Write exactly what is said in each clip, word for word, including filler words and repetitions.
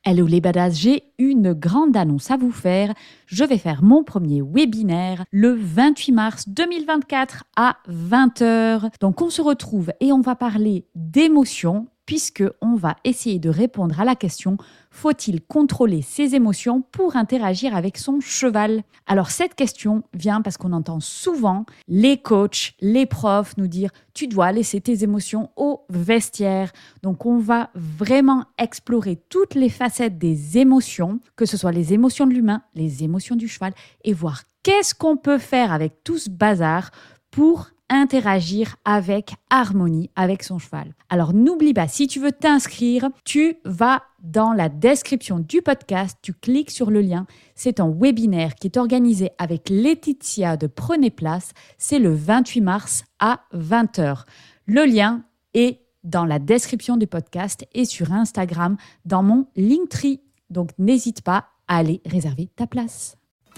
Hello les badass, j'ai une grande annonce à vous faire. Je vais faire mon premier webinaire le vingt-huit mars deux mille vingt-quatre à vingt heures. Donc on se retrouve et on va parler d'émotions puisque on va essayer de répondre à la question: faut-il contrôler ses émotions pour interagir avec son cheval? Alors cette question vient parce qu'on entend souvent les coachs, les profs nous dire: tu dois laisser tes émotions au vestiaire. Donc on va vraiment explorer toutes les facettes des émotions, que ce soit les émotions de l'humain, les émotions du cheval, et voir qu'est-ce qu'on peut faire avec tout ce bazar pour interagir avec harmonie avec son cheval. Alors n'oublie pas, si tu veux t'inscrire, tu vas dans la description du podcast, tu cliques sur le lien. C'est un webinaire qui est organisé avec Laetitia de Prenez Place. C'est le vingt-huit mars à vingt heures. Le lien est dans la description du podcast et sur Instagram dans mon Linktree. Donc n'hésite pas à aller réserver ta place.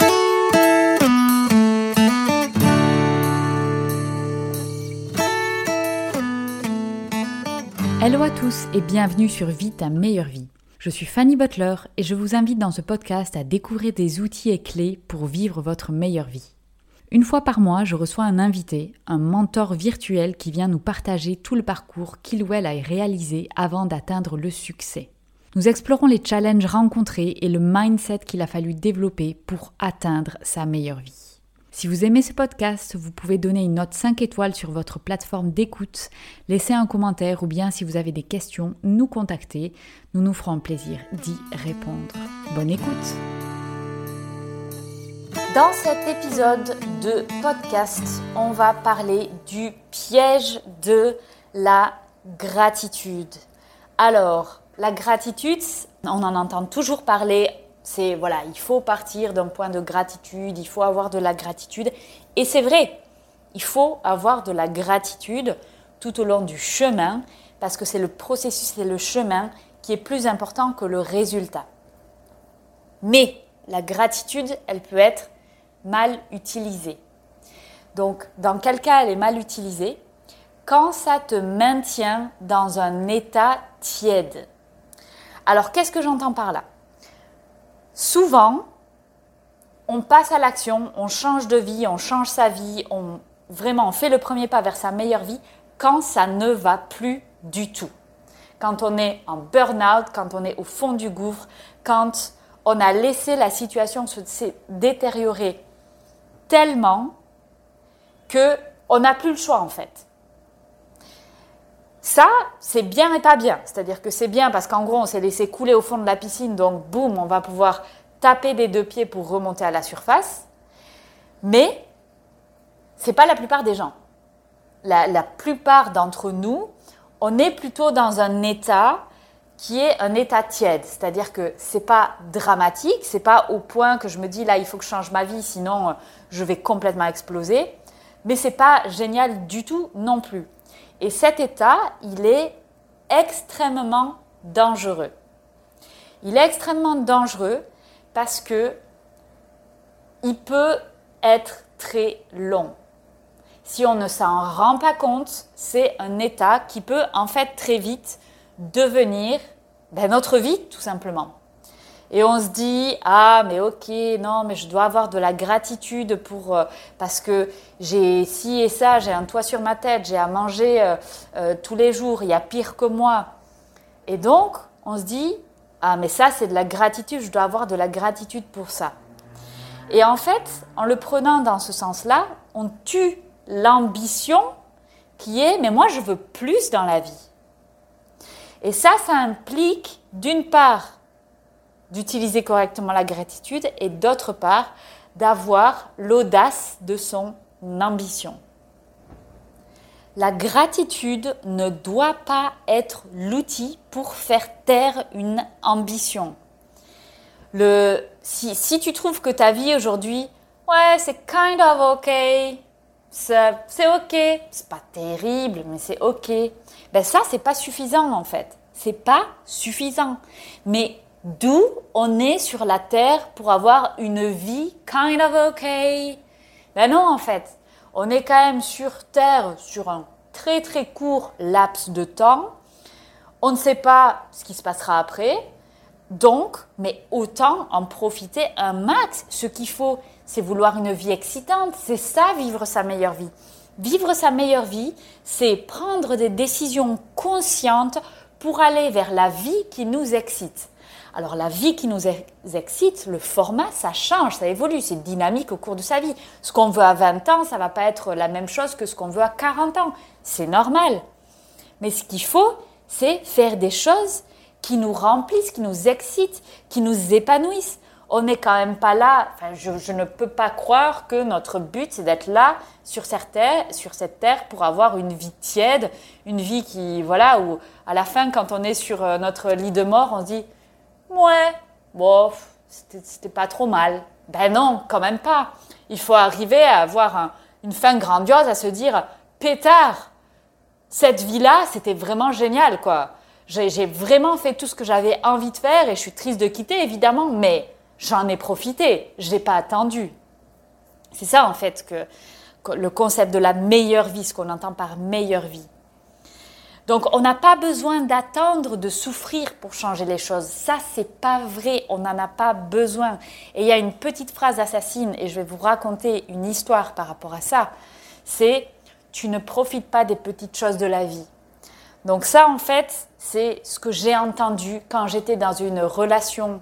Hello à tous et bienvenue sur Vie ta meilleure vie. Je suis Fanny Butler et je vous invite dans ce podcast à découvrir des outils et clés pour vivre votre meilleure vie. Une fois par mois, je reçois un invité, un mentor virtuel qui vient nous partager tout le parcours qu'il ou elle a réalisé avant d'atteindre le succès. Nous explorons les challenges rencontrés et le mindset qu'il a fallu développer pour atteindre sa meilleure vie. Si vous aimez ce podcast, vous pouvez donner une note cinq étoiles sur votre plateforme d'écoute, laisser un commentaire ou bien si vous avez des questions, nous contacter. Nous nous ferons plaisir d'y répondre. Bonne écoute! Dans cet épisode de podcast, on va parler du piège de la gratitude. Alors, la gratitude, on en entend toujours parler. C'est voilà, il faut partir d'un point de gratitude, il faut avoir de la gratitude. Et c'est vrai, il faut avoir de la gratitude tout au long du chemin parce que c'est le processus, c'est le chemin qui est plus important que le résultat. Mais la gratitude, elle peut être mal utilisée. Donc, dans quel cas elle est mal utilisée? Quand ça te maintient dans un état tiède. Alors, qu'est-ce que j'entends par là? Souvent, on passe à l'action, on change de vie, on change sa vie, on vraiment on fait le premier pas vers sa meilleure vie quand ça ne va plus du tout. Quand on est en burn-out, quand on est au fond du gouffre, quand on a laissé la situation se détériorer tellement qu'on n'a plus le choix en fait. Ça, c'est bien et pas bien. C'est-à-dire que c'est bien parce qu'en gros, on s'est laissé couler au fond de la piscine, donc boum, on va pouvoir taper des deux pieds pour remonter à la surface. Mais ce n'est pas la plupart des gens. La, la plupart d'entre nous, on est plutôt dans un état qui est un état tiède. C'est-à-dire que ce n'est pas dramatique, ce n'est pas au point que je me dis là, il faut que je change ma vie, sinon je vais complètement exploser. Mais ce n'est pas génial du tout non plus. Et cet état, il est extrêmement dangereux. Il est extrêmement dangereux parce que il peut être très long. Si on ne s'en rend pas compte, c'est un état qui peut en fait très vite devenir ben, notre vie tout simplement. Et on se dit, ah mais ok, non mais je dois avoir de la gratitude pour, euh, parce que j'ai ci et ça, j'ai un toit sur ma tête, j'ai à manger euh, euh, tous les jours, il y a pire que moi. Et donc, on se dit, ah mais ça c'est de la gratitude, je dois avoir de la gratitude pour ça. Et en fait, en le prenant dans ce sens-là, on tue l'ambition qui est, mais moi je veux plus dans la vie. Et ça, ça implique d'une part, d'utiliser correctement la gratitude et d'autre part, d'avoir l'audace de son ambition. La gratitude ne doit pas être l'outil pour faire taire une ambition. Le, si, si tu trouves que ta vie aujourd'hui, ouais, c'est kind of ok, c'est, c'est ok, c'est pas terrible, mais c'est ok, ben ça, c'est pas suffisant en fait. C'est pas suffisant. Mais d'où on est sur la terre pour avoir une vie kind of okay? Ben non, en fait. On est quand même sur terre sur un très très court laps de temps. On ne sait pas ce qui se passera après. Donc, mais autant en profiter un max. Ce qu'il faut, c'est vouloir une vie excitante. C'est ça, vivre sa meilleure vie. Vivre sa meilleure vie, c'est prendre des décisions conscientes pour aller vers la vie qui nous excite. Alors la vie qui nous excite, le format, ça change, ça évolue, c'est dynamique au cours de sa vie. Ce qu'on veut à vingt ans, ça ne va pas être la même chose que ce qu'on veut à quarante ans. C'est normal. Mais ce qu'il faut, c'est faire des choses qui nous remplissent, qui nous excitent, qui nous épanouissent. On n'est quand même pas là, enfin, je, je ne peux pas croire que notre but, c'est d'être là sur cette terre, sur cette terre pour avoir une vie tiède, une vie qui, voilà, où à la fin, quand on est sur notre lit de mort, on se dit « Ouais, bon, c'était, c'était pas trop mal ». Ben non, quand même pas. Il faut arriver à avoir un, une fin grandiose, à se dire « Pétard, cette vie-là, c'était vraiment génial, quoi. J'ai, j'ai vraiment fait tout ce que j'avais envie de faire et je suis triste de quitter, évidemment, mais j'en ai profité, je n'ai pas attendu. » C'est ça, en fait, que, que le concept de la meilleure vie, ce qu'on entend par meilleure vie. Donc, on n'a pas besoin d'attendre, de souffrir pour changer les choses. Ça, c'est pas vrai. On n'en a pas besoin. Et il y a une petite phrase assassine, et je vais vous raconter une histoire par rapport à ça. C'est « Tu ne profites pas des petites choses de la vie ». Donc ça, en fait, c'est ce que j'ai entendu quand j'étais dans une relation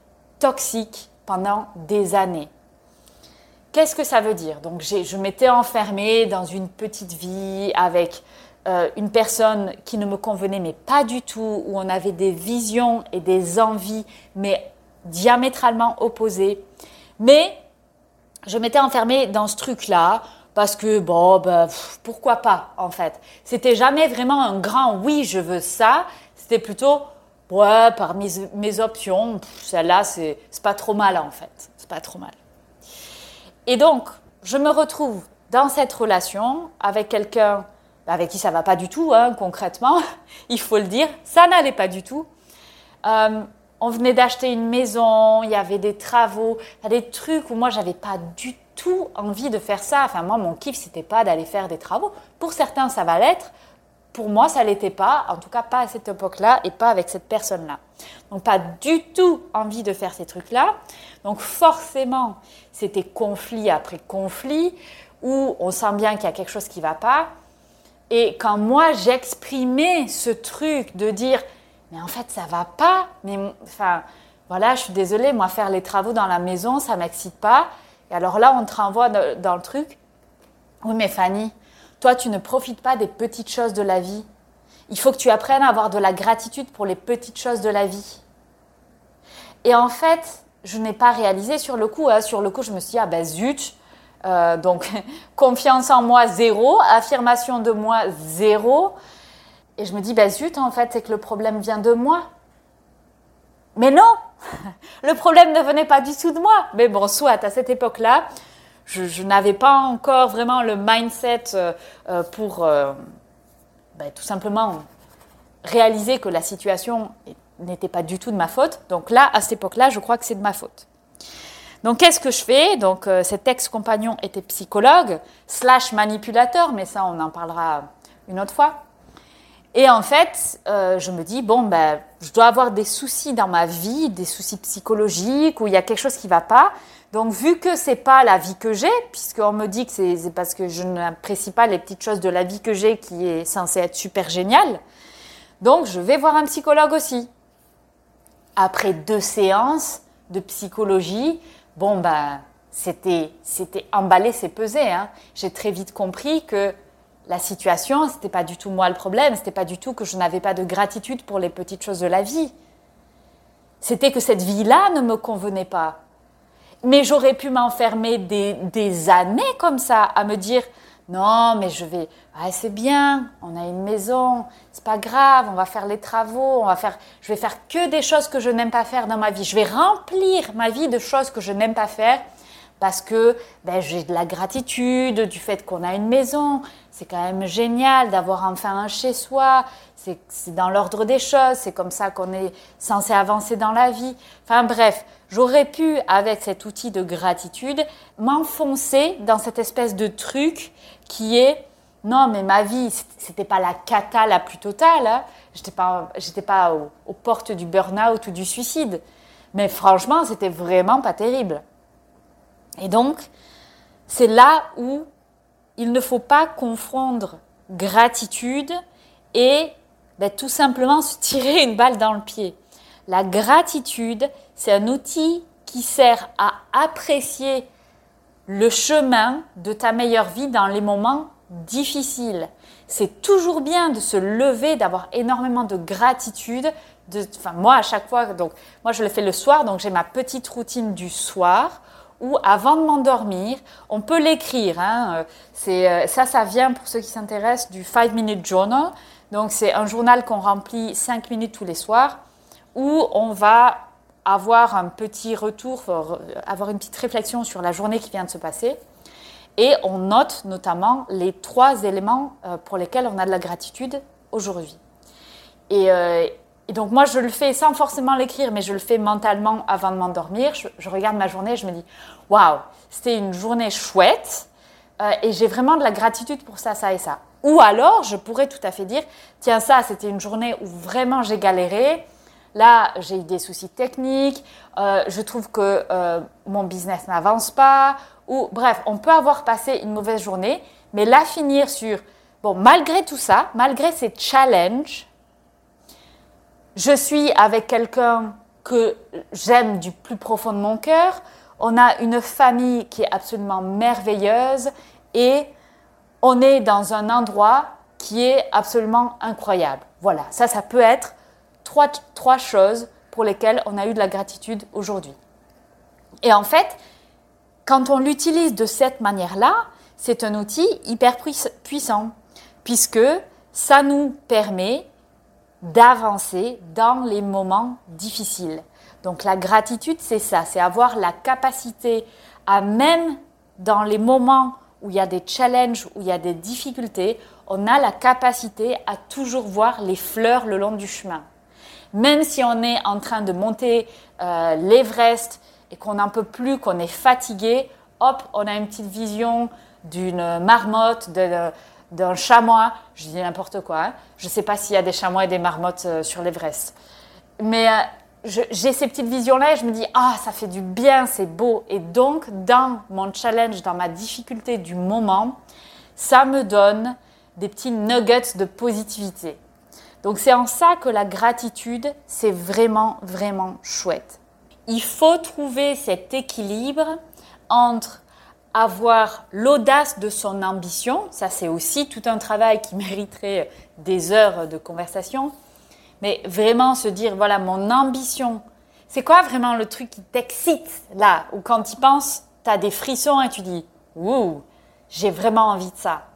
toxique pendant des années. Qu'est-ce que ça veut dire ? Donc, j'ai, je m'étais enfermée dans une petite vie avec euh, une personne qui ne me convenait, mais pas du tout, où on avait des visions et des envies, mais diamétralement opposées. Mais je m'étais enfermée dans ce truc-là parce que, bon, ben, pff, pourquoi pas, en fait. C'était jamais vraiment un grand « oui, je veux ça ». C'était plutôt « ouais, parmi mes options, pff, celle-là, c'est, c'est pas trop mal, en fait. C'est pas trop mal ». Et donc, je me retrouve dans cette relation avec quelqu'un avec qui ça ne va pas du tout, hein, concrètement, il faut le dire, ça n'allait pas du tout. Euh, on venait d'acheter une maison, il y avait des travaux, des trucs où moi, je n'avais pas du tout envie de faire ça. Enfin, moi, mon kiff, ce n'était pas d'aller faire des travaux. Pour certains, ça va l'être. Pour moi, ça ne l'était pas, en tout cas pas à cette époque-là et pas avec cette personne-là. Donc, pas du tout envie de faire ces trucs-là. Donc, forcément, c'était conflit après conflit où on sent bien qu'il y a quelque chose qui ne va pas. Et quand moi, j'exprimais ce truc de dire « mais en fait, ça ne va pas, mais enfin, voilà, je suis désolée, moi, faire les travaux dans la maison, ça ne m'excite pas. » Et alors là, on te renvoie dans le truc « oui, mais Fanny, toi, tu ne profites pas des petites choses de la vie. Il faut que tu apprennes à avoir de la gratitude pour les petites choses de la vie. » Et en fait, je n'ai pas réalisé sur le coup. Hein. Sur le coup, je me suis dit « ah ben zut !» Euh, donc, confiance en moi, zéro. Affirmation de moi, zéro. Et je me dis, bah zut, en fait, c'est que le problème vient de moi. Mais non, le problème ne venait pas du tout de moi. Mais bon, soit, à cette époque-là, je, je n'avais pas encore vraiment le mindset euh, pour euh, bah, tout simplement réaliser que la situation n'était pas du tout de ma faute. Donc là, à cette époque-là, je crois que c'est de ma faute. Donc, qu'est-ce que je fais ? Donc, euh, cet ex-compagnon était psychologue, slash manipulateur, mais ça, on en parlera une autre fois. Et en fait, euh, je me dis, bon, ben, je dois avoir des soucis dans ma vie, des soucis psychologiques, où il y a quelque chose qui ne va pas. Donc, vu que ce n'est pas la vie que j'ai, puisqu'on me dit que c'est, c'est parce que je n'apprécie pas les petites choses de la vie que j'ai, qui est censée être super géniale, donc je vais voir un psychologue aussi. Après deux séances de psychologie, bon, ben, c'était, c'était emballé, c'est pesé. Hein. J'ai très vite compris que la situation, ce n'était pas du tout moi le problème. Ce n'était pas du tout que je n'avais pas de gratitude pour les petites choses de la vie. C'était que cette vie-là ne me convenait pas. Mais j'aurais pu m'enfermer des, des années comme ça, à me dire « non, mais je vais... Ah, c'est bien, on a une maison, c'est pas grave, on va faire les travaux, on va faire, je vais faire que des choses que je n'aime pas faire dans ma vie. Je vais remplir ma vie de choses que je n'aime pas faire parce que ben, j'ai de la gratitude du fait qu'on a une maison. C'est quand même génial d'avoir enfin un chez-soi. C'est, c'est dans l'ordre des choses, c'est comme ça qu'on est censé avancer dans la vie. Enfin bref, j'aurais pu, avec cet outil de gratitude, m'enfoncer dans cette espèce de truc qui est... non, mais ma vie, c'était pas la cata la plus totale. Hein. J'étais pas, j'étais pas aux, aux portes du burn-out ou du suicide. Mais franchement, c'était vraiment pas terrible. Et donc, c'est là où il ne faut pas confondre gratitude et ben, tout simplement se tirer une balle dans le pied. La gratitude, c'est un outil qui sert à apprécier le chemin de ta meilleure vie dans les moments difficiles. C'est toujours bien de se lever, d'avoir énormément de gratitude. De, enfin, moi, à chaque fois, donc, moi, je le fais le soir, donc j'ai ma petite routine du soir où, avant de m'endormir, on peut l'écrire. Hein, c'est, ça, ça vient, pour ceux qui s'intéressent, du five minute Journal. Donc, c'est un journal qu'on remplit cinq minutes tous les soirs où on va avoir un petit retour, avoir une petite réflexion sur la journée qui vient de se passer. Et on note notamment les trois éléments pour lesquels on a de la gratitude aujourd'hui. Et, euh, et donc moi, je le fais sans forcément l'écrire, mais je le fais mentalement avant de m'endormir. Je, je regarde ma journée et je me dis « Waouh, c'était une journée chouette euh, et j'ai vraiment de la gratitude pour ça, ça et ça. » Ou alors, je pourrais tout à fait dire « Tiens, ça, c'était une journée où vraiment j'ai galéré. Là, j'ai eu des soucis techniques. Euh, je trouve que euh, mon business n'avance pas. » Ou bref, on peut avoir passé une mauvaise journée, mais la finir sur, bon, malgré tout ça, malgré ces challenges, je suis avec quelqu'un que j'aime du plus profond de mon cœur, on a une famille qui est absolument merveilleuse et on est dans un endroit qui est absolument incroyable. Voilà, ça, ça peut être trois, trois choses pour lesquelles on a eu de la gratitude aujourd'hui. Et en fait, quand on l'utilise de cette manière-là, c'est un outil hyper puissant puisque ça nous permet d'avancer dans les moments difficiles. Donc la gratitude, c'est ça, c'est avoir la capacité à, même dans les moments où il y a des challenges, où il y a des difficultés, on a la capacité à toujours voir les fleurs le long du chemin. Même si on est en train de monter euh, l'Everest et qu'on n'en peut plus, qu'on est fatigué, hop, on a une petite vision d'une marmotte, de, d'un chamois, je dis n'importe quoi, hein. Je ne sais pas s'il y a des chamois et des marmottes euh, sur l'Everest. Mais euh, je, j'ai ces petites visions-là et je me dis, ah, ça fait du bien, c'est beau. Et donc, dans mon challenge, dans ma difficulté du moment, ça me donne des petits nuggets de positivité. Donc, c'est en ça que la gratitude, c'est vraiment, vraiment chouette. Il faut trouver cet équilibre entre avoir l'audace de son ambition, ça c'est aussi tout un travail qui mériterait des heures de conversation, mais vraiment se dire, voilà, mon ambition, c'est quoi vraiment le truc qui t'excite là, où quand tu y penses, tu as des frissons et tu dis, ouh, j'ai vraiment envie de ça.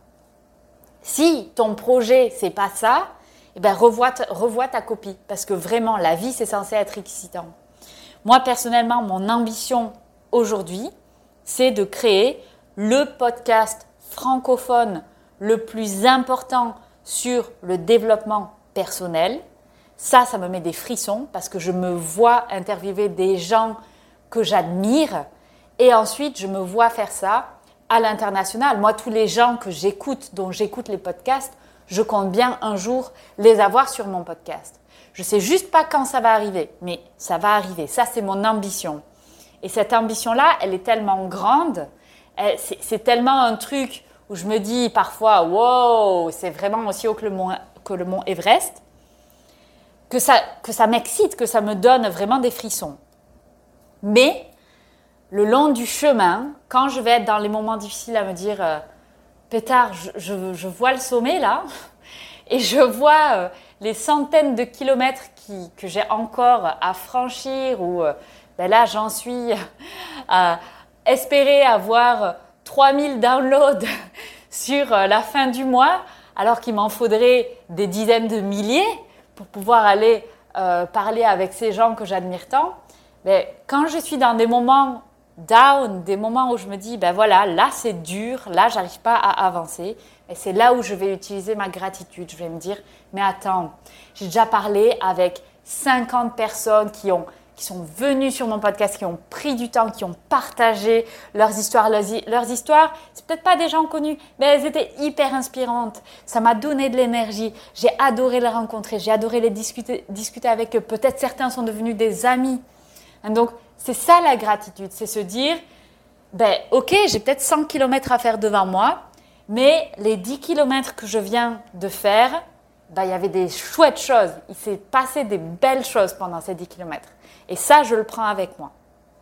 Si ton projet, c'est pas ça, eh ben revois, revois ta copie, parce que vraiment, la vie, c'est censé être excitant. Moi, personnellement, mon ambition aujourd'hui, c'est de créer le podcast francophone le plus important sur le développement personnel. Ça, ça me met des frissons parce que je me vois interviewer des gens que j'admire et ensuite, je me vois faire ça à l'international. Moi, tous les gens que j'écoute, dont j'écoute les podcasts, je compte bien un jour les avoir sur mon podcast. Je ne sais juste pas quand ça va arriver, mais ça va arriver. Ça, c'est mon ambition. Et cette ambition-là, elle est tellement grande, elle, c'est, c'est tellement un truc où je me dis parfois, wow, c'est vraiment aussi haut que le mont, que le mont Everest, que ça, que ça m'excite, que ça me donne vraiment des frissons. Mais le long du chemin, quand je vais être dans les moments difficiles à me dire, euh, pétard, je, je, je vois le sommet là, et je vois euh, les centaines de kilomètres qui, que j'ai encore à franchir ou... Euh, ben là, j'en suis à espérer avoir trois mille downloads sur la fin du mois, alors qu'il m'en faudrait des dizaines de milliers pour pouvoir aller euh, parler avec ces gens que j'admire tant. Mais quand je suis dans des moments down, des moments où je me dis, ben voilà, là c'est dur, là j'arrive pas à avancer, et c'est là où je vais utiliser ma gratitude. Je vais me dire, mais attends, j'ai déjà parlé avec cinquante personnes qui ont qui sont venus sur mon podcast, qui ont pris du temps, qui ont partagé leurs histoires. Leurs, leurs histoires, c'est peut-être pas des gens connus, mais elles étaient hyper inspirantes. Ça m'a donné de l'énergie. J'ai adoré les rencontrer, j'ai adoré les discuter, discuter avec eux. Peut-être certains sont devenus des amis. Donc, c'est ça la gratitude, c'est se dire, ben ok, j'ai peut-être cent kilomètres à faire devant moi, mais les dix kilomètres que je viens de faire, ben, il y avait des chouettes choses. Il s'est passé des belles choses pendant ces dix kilomètres. Et ça, je le prends avec moi.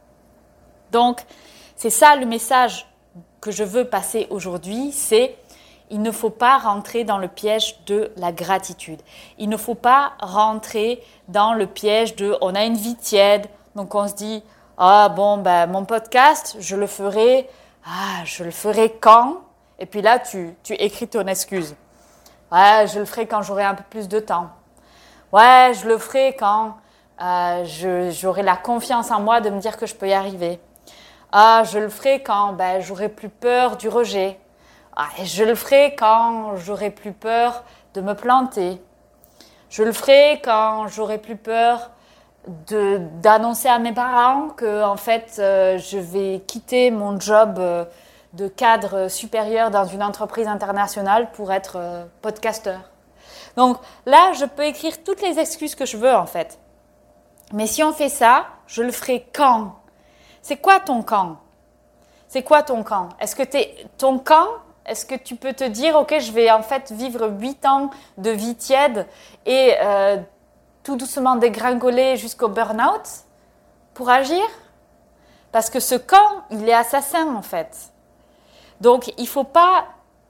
Donc, c'est ça le message que je veux passer aujourd'hui, c'est il ne faut pas rentrer dans le piège de la gratitude. Il ne faut pas rentrer dans le piège de on a une vie tiède, donc on se dit ah bon ben mon podcast, je le ferai ah je le ferai quand? Et puis là tu tu écris ton excuse. Ouais, je le ferai quand j'aurai un peu plus de temps. Ouais, je le ferai quand euh, je, j'aurai la confiance en moi de me dire que je peux y arriver. Ah, je le ferai quand ben, j'aurai plus peur du rejet. Ah, je le ferai quand j'aurai plus peur de me planter. Je le ferai quand j'aurai plus peur de, d'annoncer à mes parents que en fait, euh, je vais quitter mon job euh, de cadre supérieur dans une entreprise internationale pour être euh, podcasteur. Donc là, je peux écrire toutes les excuses que je veux en fait. Mais si on fait ça, je le ferai quand? C'est quoi ton quand? C'est quoi ton quand? Est-ce que t'es, ton quand, est-ce que tu peux te dire, ok, je vais en fait vivre huit ans de vie tiède et euh, tout doucement dégringoler jusqu'au burn-out pour agir? Parce que ce quand, il est assassin en fait. Donc, il ne faut pas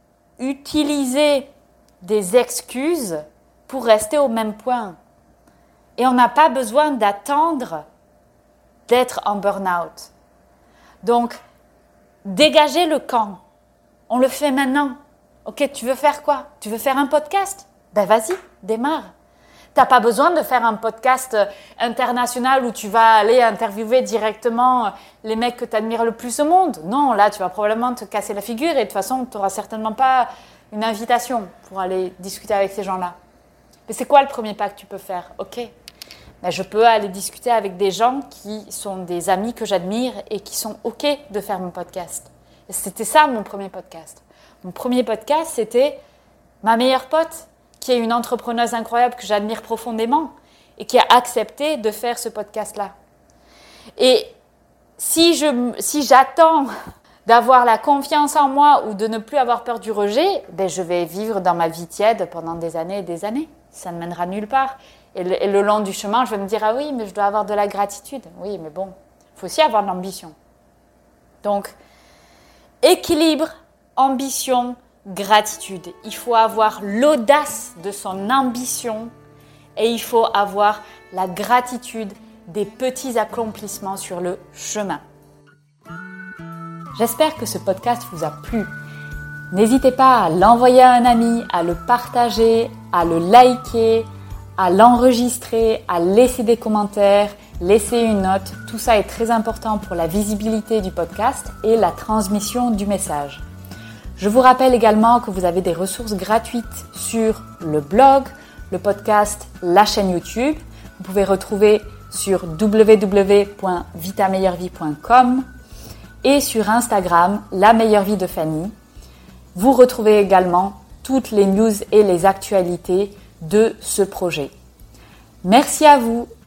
utiliser des excuses pour rester au même point. Et on n'a pas besoin d'attendre d'être en burn-out. Donc, dégagez le quand. On le fait maintenant. Ok, tu veux faire quoi? Tu veux faire un podcast? Ben vas-y, démarre. Tu n'as pas besoin de faire un podcast international où tu vas aller interviewer directement les mecs que tu admires le plus au monde. Non, là, tu vas probablement te casser la figure et de toute façon, tu n'auras certainement pas une invitation pour aller discuter avec ces gens-là. Mais c'est quoi le premier pas que tu peux faire? Ok, ben, je peux aller discuter avec des gens qui sont des amis que j'admire et qui sont ok de faire mon podcast. Et c'était ça mon premier podcast. Mon premier podcast, c'était ma meilleure pote, qui est une entrepreneuse incroyable que j'admire profondément et qui a accepté de faire ce podcast-là. Et si, je, si j'attends d'avoir la confiance en moi ou de ne plus avoir peur du rejet, ben je vais vivre dans ma vie tiède pendant des années et des années. Ça ne mènera nulle part. Et le, et le long du chemin, je vais me dire « Ah oui, mais je dois avoir de la gratitude. » Oui, mais bon, il faut aussi avoir de l'ambition. Donc, équilibre, ambition, gratitude. Il faut avoir l'audace de son ambition et il faut avoir la gratitude des petits accomplissements sur le chemin. J'espère que ce podcast vous a plu. N'hésitez pas à l'envoyer à un ami, à le partager, à le liker, à l'enregistrer, à laisser des commentaires, laisser une note. Tout ça est très important pour la visibilité du podcast et la transmission du message. Je vous rappelle également que vous avez des ressources gratuites sur le blog, le podcast, la chaîne YouTube. Vous pouvez retrouver sur w w w point vita meilleure vie point com et sur Instagram, la meilleure vie de Fanny. Vous retrouvez également toutes les news et les actualités de ce projet. Merci à vous